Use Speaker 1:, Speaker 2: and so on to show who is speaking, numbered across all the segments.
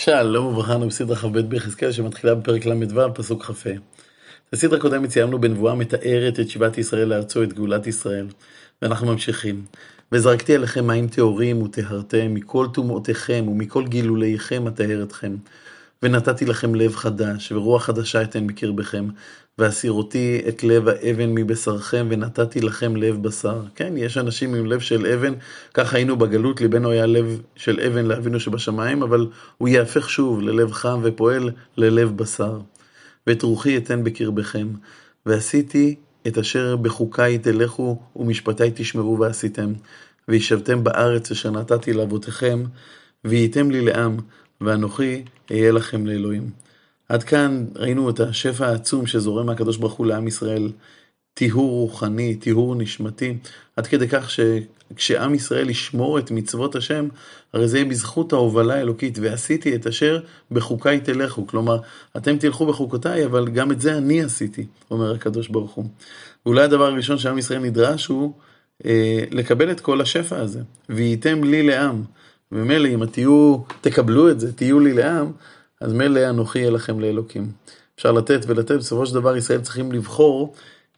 Speaker 1: שלום וברכה, אנו בסדרה כ"ב ביחזקאל שמתחילה בפרק ל"ו, פסוק כ"ה. בסדרה הקודמת סיימנו בנבואה מתארת את שיבת ישראל לארצו, את גאולת ישראל, ואנחנו ממשיכים. וזרקתי עליכם מים טהורים וטהרתם, מכל טומאותיכם ומכל גילוליכם אטהר אתכם. ונתתי לכם לב חדש, ורוח חדשה אתן בקרבכם, והסירותי את לב האבן מבשרכם, ונתתי לכם לב בשר. כן, יש אנשים עם לב של אבן, כך היינו בגלות, ליבנו היה לב של אבן לאבינו שבשמיים, אבל הוא יהפך שוב ללב חם ופועל ללב בשר. ואת רוחי אתן בקרבכם, ועשיתי את אשר בחוקיי תלכו, ומשפטיי תשמרו ועשיתם, וישבתם בארץ אשר נתתי לאבותיכם, והייתם לי לעם, ואנוכי אהיה לכם לאלוהים. עד כאן ראינו את השפע העצום שזורם מהקדוש ברוך הוא לעם ישראל, טיהור רוחני, טיהור נשמתי, עד כדי כך שכשעם ישראל ישמור את מצוות השם, הרי זה יהיה בזכות ההובלה האלוקית, ועשיתי את אשר בחוקיי תלכו, כלומר, אתם תלכו בחוקותיי, אבל גם את זה אני עשיתי, אומר הקדוש ברוך הוא. ואולי הדבר הראשון שעם ישראל נדרש הוא לקבל את כל השפע הזה, והייתם לי לעם, ומילא אם תקבלו את זה, תהיו לי לעם, אז מילא אנוכי יהיה לכם לאלוקים. אפשר לתת ולתת, בסופו של דבר ישראל צריכים לבחור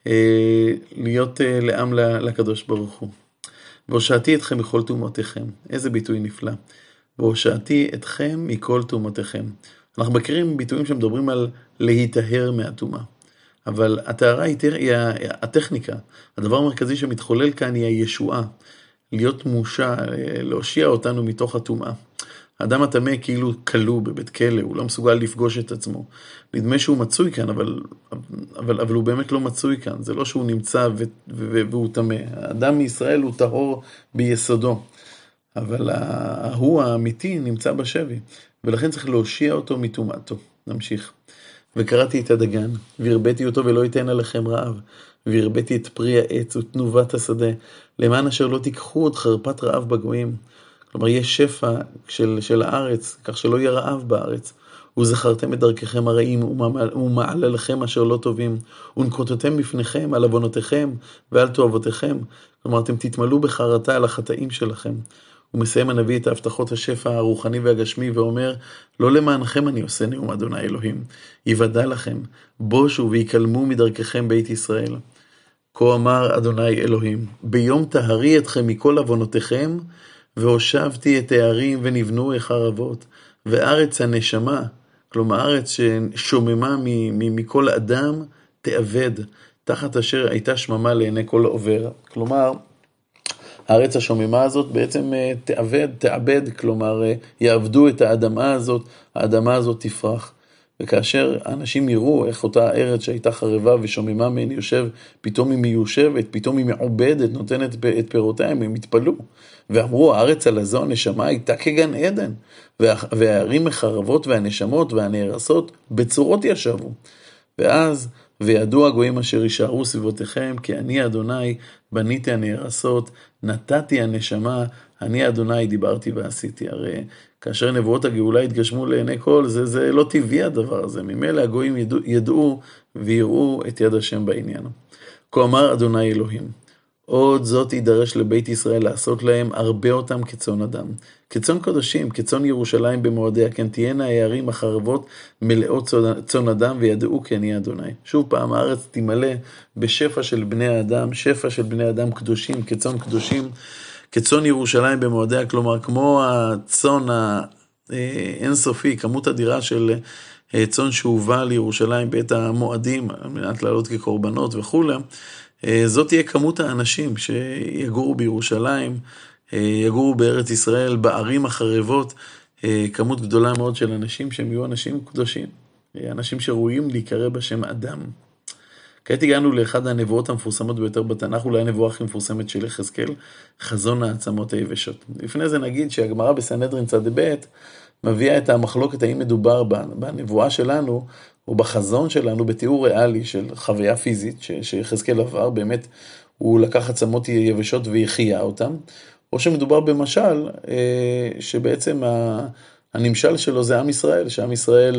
Speaker 1: להיות לעם לקדוש ברוך הוא. והושעתי אתכם מכל טומאותיכם. איזה ביטוי נפלא. והושעתי אתכם מכל טומאותיכם. אנחנו מכירים ביטויים שמדברים על להיטהר מהטומאה. אבל הטהרה היא הטכניקה. הדבר המרכזי שמתחולל כאן היא הישועה. להיות מושע, להושיע אותנו מתוך הטומאה. האדם הטמא כאילו כלוא בבית כלא, הוא לא מסוגל לפגוש את עצמו. נדמה שהוא מצוי כאן, אבל הוא באמת לא מצוי כאן. זה לא שהוא נמצא והוא טמא. האדם מישראל הוא טהור ביסודו. אבל הוא האמיתי נמצא בשבי, ולכן צריך להושיע אותו מטומאתו. נמשיך. וקראתי את הדגן, והרביתי אותו ולא ייתן עליכם רעב, והרביתי את פרי העץ ותנובת השדה, למען אשר לא תיקחו עוד חרפת רעב בגויים. כלומר, יש שפע של הארץ, כך שלא יהיה רעב בארץ. וזכרתם את דרככם הרעים, ומעלליכם אשר לא טובים, ונקוטותם בפניכם על עוונותיכם ועל תועבותיכם. כלומר, אתם תתמלאו בחרטה על החטאים שלכם. הוא מסיים הנביא את ההבטחות השפע הרוחני והגשמי ואומר, לא למענכם אני עושה נאום אדוני אלוהים, יוודע לכם, בושו ויקלמו מדרככם בית ישראל. כה אמר אדוני אלוהים, ביום טהרי אתכם מכל עוונותיכם, והושבתי את הערים ונבנו החרבות, וארץ הנשמה, כלומר ארץ ששוממה מכל אדם, תאבד, תחת אשר הייתה שממה לעיני כל עובר. כלומר, הארץ השוממה הזאת בעצם תאבד, כלומר יעבדו את האדמה הזאת תפרח. וכאשר האנשים יראו איך אותה ארץ שהייתה חרבה ושוממה מהן פתאום היא מיושבת, פתאום היא מעובדת, נותנת את פירותיה, הם יתפלאו. ואמרו, הארץ על הזו הנשמה הייתה כגן עדן, והערים מחרבות והנשמות והנהרסות בצורות ישבו. ואז וידעו הגויים אשר יישארו סביבותיכם, כי אני אדוני בניתי הנהרסות, נתתי הנשמה, אני אדוני דיברתי ועשיתי. הרי כאשר נבואות הגאולה התגשמו לעיני כל, זה לא טבעי הדבר הזה. ממילא הגויים ידעו ויראו את יד השם בעניין. כה אמר אדוני אלוהים, עוד זאת יידרש לבית ישראל לעשות להם הרבה אותם כצאן אדם. כצאן קודשים, כצאן ירושלים במועדיה, כן תהיינה הערים החרבות מלאות צאן אדם וידעו כי אני אדוני. שוב פעם, הארץ תמלא בשפע של בני האדם, שפע של בני אדם קדושים, כצאן קדושים, כצאן ירושלים במועדיה, כלומר כמו הצאן האינסופי, כמות אדירה של צאן שהובא לירושלים בעת המועדים, על מנת לעלות כקורבנות וכו'. זאת תהיה כמות האנשים שיגורו בירושלים, יגורו בארץ ישראל, בערים החרבות, כמות גדולה מאוד של אנשים שהם יהיו אנשים קדושים, אנשים שראויים להיקרא בשם אדם. כעת הגענו לאחד הנבואות המפורסמות ביותר בתנ"ך, אולי הנבואה הכי מפורסמת של יחזקאל, חזון העצמות היבשות. לפני זה נגיד שהגמרא בסנהדרין צד ב' מביאה את המחלוקת האם מדובר בנבואה שלנו, או בחזון שלנו בתיאור ריאלי של חוויה פיזית שיחזקאל עבר, באמת הוא לקח עצמות יבשות ויחיה אותם, או שמדובר במשל שבעצם הנמשל שלו זה עם ישראל, שעם ישראל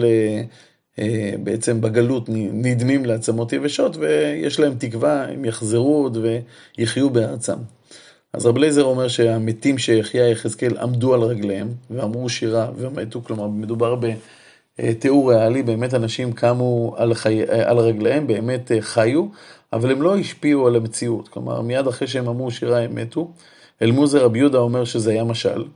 Speaker 1: בעצם בגלות נדמים לעצמות יבשות ויש להם תקווה, הם יחזרו עוד ויחיו בארצם. אז רב אליעזר אומר שהמתים שיחיה יחזקאל עמדו על רגליהם ואמרו שירה ומתו, כלומר מדובר בתיאור ריאלי, באמת אנשים קמו על רגליהם, באמת חיו, אבל הם לא השפיעו על המציאות, כלומר מיד אחרי שהם אמרו שירה הם מתו. אלמוזר רבי יהודה אומר שזה היה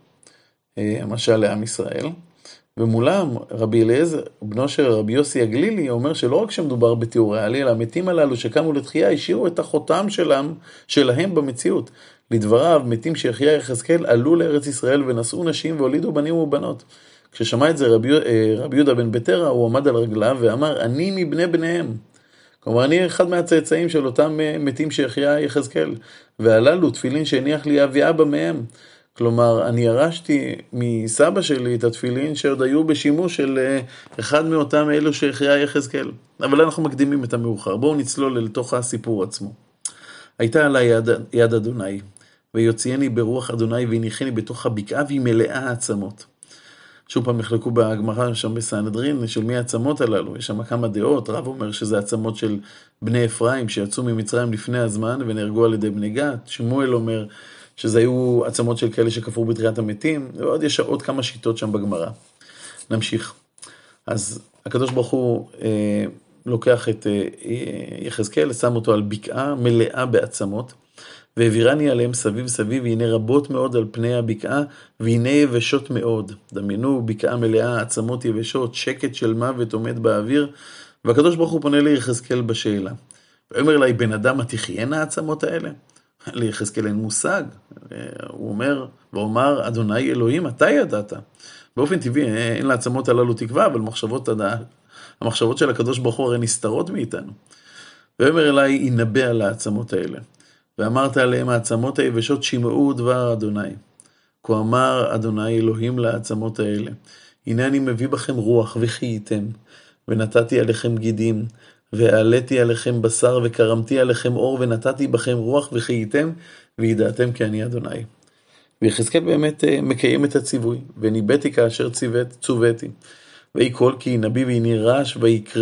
Speaker 1: משל לעם ישראל, ומולם רבי אליעזר, בנו של רבי יוסי הגלילי, אומר שלא רק שמדובר בתיאור ריאלי, אלא המתים הללו שקמו לתחייה השאירו את החותם שלהם במציאות. לדבריו, מתים שיחיה יחזקאל עלו לארץ ישראל ונשאו נשים והולידו בנים ובנות. כששמע את זה רבי יהודה בן ביתרא, הוא עמד על רגליו ואמר, אני מבני בניהם. כלומר, אני אחד מהצאצאים של אותם מתים שיחיה יחזקאל, והללו תפילין שהניח לי אבי אבא מהם. כלומר, אני ירשתי מסבא שלי את התפילין שעוד היו בשימוש של אחד מאותם אלו שיחיה יחזקאל. אבל אנחנו מקדימים את המאוחר. בואו נצלול לתוך הסיפור עצמו. הייתה עליי יד אדוני, ויוציאני ברוח אדוני והניחני בתוך הבקעה והיא מלאה עצמות. שוב פעם החלקו בגמרא שם בסנהדרין של מי העצמות הללו, יש שם כמה דעות, רב אומר שזה עצמות של בני אפרים שיצאו ממצרים לפני הזמן ונהרגו על ידי בני גת, שמואל אומר שזה היו עצמות של כאלה שכפרו בתחיית המתים, ועוד יש עוד כמה שיטות שם בגמרא. נמשיך. אז הקדוש ברוך הוא לוקח את יחזקאל, שם אותו על בקעה מלאה בעצמות, והעבירני עליהם סביב סביב, והנה רבות מאוד על פני הבקעה, והנה יבשות מאוד. דמיינו, בקעה מלאה, עצמות יבשות, שקט של מוות עומד באוויר, והקדוש ברוך הוא פונה ליחזקאל בשאלה. ואומר לי, בן אדם, מה תחיינה העצמות האלה? ליחזקאל אין מושג. הוא אומר, ואומר, אדוני אלוהים, אתה ידעת. באופן טבעי, אין לעצמות הללו תקווה, אבל המחשבות של הקדוש ברוך הוא הרי נסתרות מאיתנו. ואומר אליי, ינבא על העצמות האלה. ואמרת עליהם העצמות היבשות שמעו דבר אדוני. כה אמר אדוני אלוהים לעצמות האלה. הנה אני מביא בכם רוח וחייתם, ונתתי עליכם גידים, והעליתי עליכם בשר וקרמתי עליכם אור, ונתתי בכם רוח וחייתם, וידעתם כי אני אדוני. ויחזקאל באמת מקיים את הציווי, וניבאתי כאשר צוויתי. ויהי קול כי ינבא והנה רעש,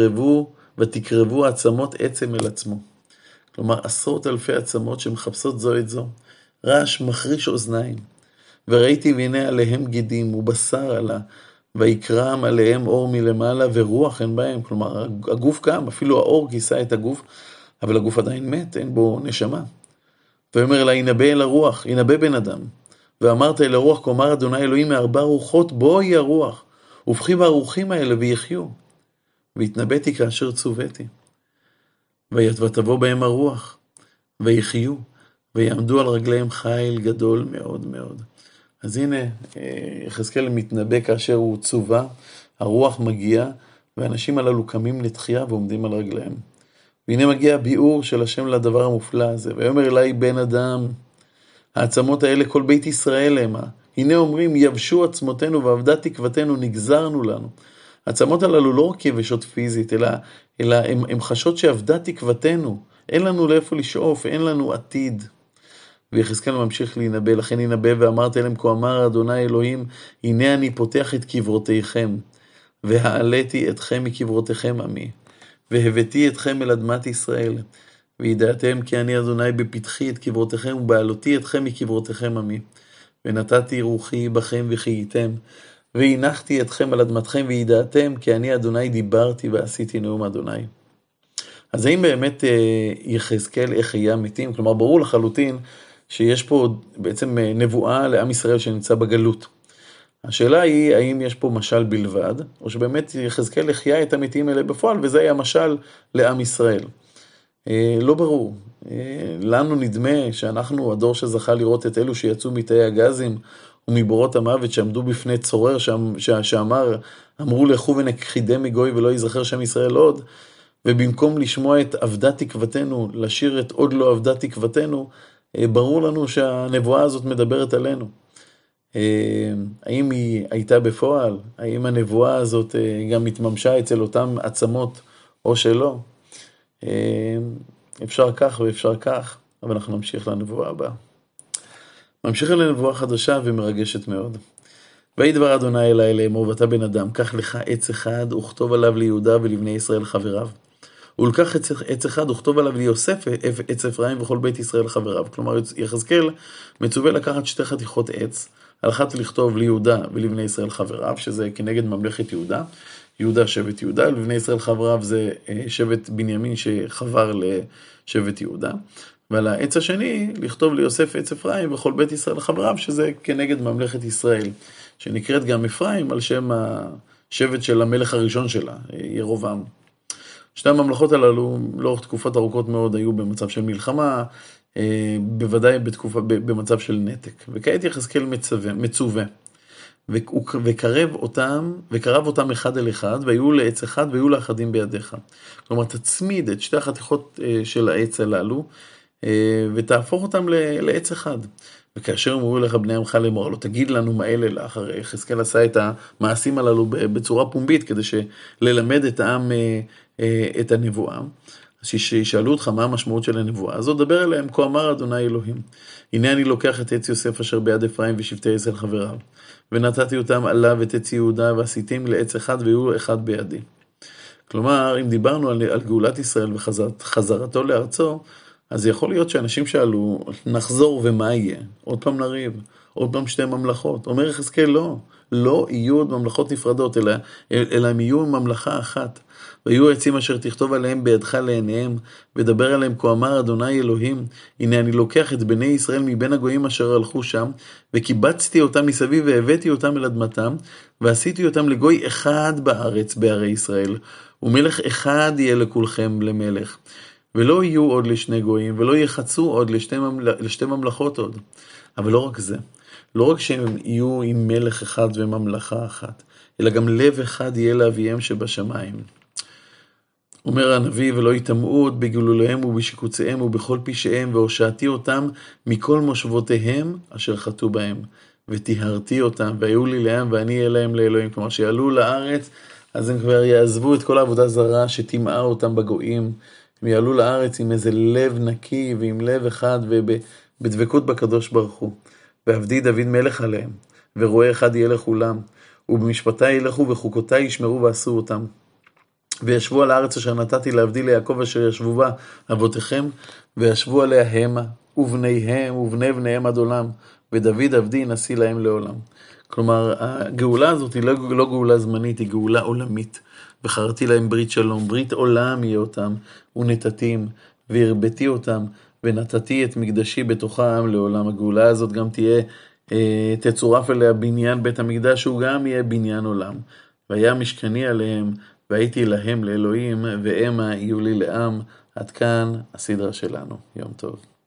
Speaker 1: ותקרבו עצמות עצם אל עצמו. כלומר, עשרות אלפי עצמות שמחפשות זו את זו. רעש מחריש אוזניים. וראיתי והנה עליהם גידים ובשר עלה, ויקרם עליהם אור מלמעלה ורוח אין בהם. כלומר, הגוף קם, אפילו האור כיסה את הגוף, אבל הגוף עדיין מת, אין בו נשמה. ואומר לה, ינבא אל הרוח, ינבא בן אדם. ואמרת אל הרוח, כלומר, אדוני אלוהים מארבע רוחות, בואי הרוח, ובכי ברוחים האלה ויחיו. והתנבאתי כאשר צוויתי. ותבוא בהם הרוח, ויחיו, ויעמדו על רגליהם חיל גדול מאוד מאוד. אז הנה, יחזקאל מתנבא כאשר הוא צווה, הרוח מגיעה, והאנשים הללו קמים לתחייה ועומדים על רגליהם. והנה מגיע הביאור של השם לדבר המופלא הזה, ויאמר אליי בן אדם, העצמות האלה כל בית ישראל המה. הנה אומרים, יבשו עצמותינו ועבדה תקוותנו, נגזרנו לנו. העצמות הללו לא רק יבשות פיזית, אלא הם חשות שעבדה תקוותנו. אין לנו לאיפה לשאוף, אין לנו עתיד. ויחזקאל ממשיך להינבא, לכן ינבא ואמרת אליהם, כה אמר אדוני אלוהים, הנה אני פותח את קברותיכם, והעליתי אתכם מקברותיכם עמי, והבאתי אתכם אל אדמת ישראל, וידעתם כי אני אדוני בפתחי את קברותיכם, ובעלותי אתכם מקברותיכם עמי, ונתתי רוחי בכם וחייתם, והנחתי אתכם על אדמתכם, וידעתם כי אני אדוני דיברתי ועשיתי נאום אדוני. אז האם באמת יחזקאל איך היה מתים? כלומר, ברור לחלוטין שיש פה בעצם נבואה לעם ישראל שנמצא בגלות. השאלה היא, האם יש פה משל בלבד, או שבאמת יחזקאל החיה את המתים האלה בפועל, וזה היה משל לעם ישראל. לא ברור. לנו נדמה שאנחנו, הדור שזכה לראות את אלו שיצאו מתאי הגזים ומבורות המוות שעמדו בפני צורר אמרו לכו ונכחידם מגוי ולא יזכר שם ישראל עוד, ובמקום לשמוע את עבדה תקוותנו, לשיר את עוד לא עבדה תקוותנו, ברור לנו שהנבואה הזאת מדברת עלינו. האם היא הייתה בפועל? האם הנבואה הזאת גם התממשה אצל אותם עצמות או שלא? אפשר כך ואפשר כך, אבל אנחנו נמשיך לנבואה הבאה. ממשיך לנבואה חדשה ומרגשת מאוד. ויהי דבר אדוני אלי לאמור, ואתה בן אדם, קח לך עץ אחד וכתוב עליו ליהודה ולבני ישראל חבריו. ולקח עץ אחד וכתוב עליו ליוסף עץ אפרים וכל בית ישראל חבריו. כלומר, יחזקאל מצווה לקחת 2 חתיכות עץ, על אחת לכתוב ליהודה ולבני ישראל חבריו, שזה כנגד ממלכת יהודה. יהודה שבט יהודה, ולבני ישראל חבריו זה שבט בנימין שחבר לשבט יהודה. ועל העץ השני לכתוב ליוסף עץ אפרים וכל בית ישראל חבריו, שזה כנגד ממלכת ישראל, שנקראת גם אפרים על שם השבט של המלך הראשון שלה, ירובעם. שתי הממלכות הללו לאורך תקופות ארוכות מאוד היו במצב של מלחמה, בוודאי במצב של נתק. וכעת יחזקאל מצווה, וקרב אותם אחד אל אחד, והיו לעץ אחד והיו לאחדים בידיך. כלומר, תצמיד את 2 החתיכות של העץ הללו, ותהפוך אותם לעץ אחד. וכאשר אמרו לך בני עמך לאמור, לא תגיד לנו מה אלה לך, הרי יחזקאל עשה את המעשים הללו בצורה פומבית, כדי ללמד את העם את הנבואה. אז שישאלו אותך מה המשמעות של הנבואה, אז עוד דבר אליהם, כה אמר אדוני אלוהים, הנה אני לוקח את עץ יוסף אשר ביד אפרים ושבטי ישראל חבריו, ונתתי אותם עליו את עץ יהודה, ועשיתם לעץ אחד ויהיו אחד בידי. כלומר, אם דיברנו על גאולת ישראל וחזרתו לארצו, אז יכול להיות שאנשים שאלו, נחזור ומה יהיה? עוד פעם נריב, עוד פעם 2 ממלכות. אומר יחזקאל, לא יהיו עוד ממלכות נפרדות, אלא הם יהיו ממלכה אחת. ויהיו עצים אשר תכתוב עליהם בידך לעיניהם, ודבר עליהם כה אמר אדוני אלוהים, הנה אני לוקח את בני ישראל מבין הגויים אשר הלכו שם, וקיבצתי אותם מסביב והבאתי אותם אל אדמתם, ועשיתי אותם לגוי אחד בארץ בערי ישראל, ומלך אחד יהיה לכולכם למלך. ולא יהיו עוד ל2 גויים, ולא יחצו עוד ל2 ממלכות עוד. אבל לא רק זה, לא רק שהם יהיו עם מלך אחד וממלכה אחת, אלא גם לב אחד יהיה לאביהם שבשמיים. אומר הנביא, ולא יטמעו עוד בגלוליהם ובשיקוציהם ובכל פשעיהם, והושעתי אותם מכל מושבותיהם אשר חטאו בהם, וטיהרתי אותם, והיו לי לעם ואני אהיה להם לאלוהים. כלומר, שיעלו לארץ, אז הם כבר יעזבו את כל העבודה זרה שטימאה אותם בגויים, הם יעלו לארץ עם איזה לב נקי ועם לב אחד ובדבקות בקדוש ברוך הוא. ועבדי דוד מלך עליהם, ורואה אחד יהיה לכולם, ובמשפטי ילכו וחוקותי ישמרו ועשו אותם. וישבו על הארץ אשר נתתי לעבדי ליעקב אשר ישבו בה אבותיכם, וישבו עליה המה ובניהם ובני בניהם עד עולם, ודוד עבדי נשיא להם לעולם. כלומר, הגאולה הזאת היא לא גאולה זמנית, היא גאולה עולמית. וחרתי להם ברית שלום, ברית עולם יהיה אותם, ונתתים, והרבתי אותם, ונתתי את מקדשי בתוכם לעולם. הגאולה הזאת גם תהיה, תצורף אליה בניין בית המקדש, שהוא גם יהיה בניין עולם. והיה משכני עליהם, והייתי להם לאלוהים, והם יהיו לי לעם. עד כאן הסדרה שלנו. יום טוב.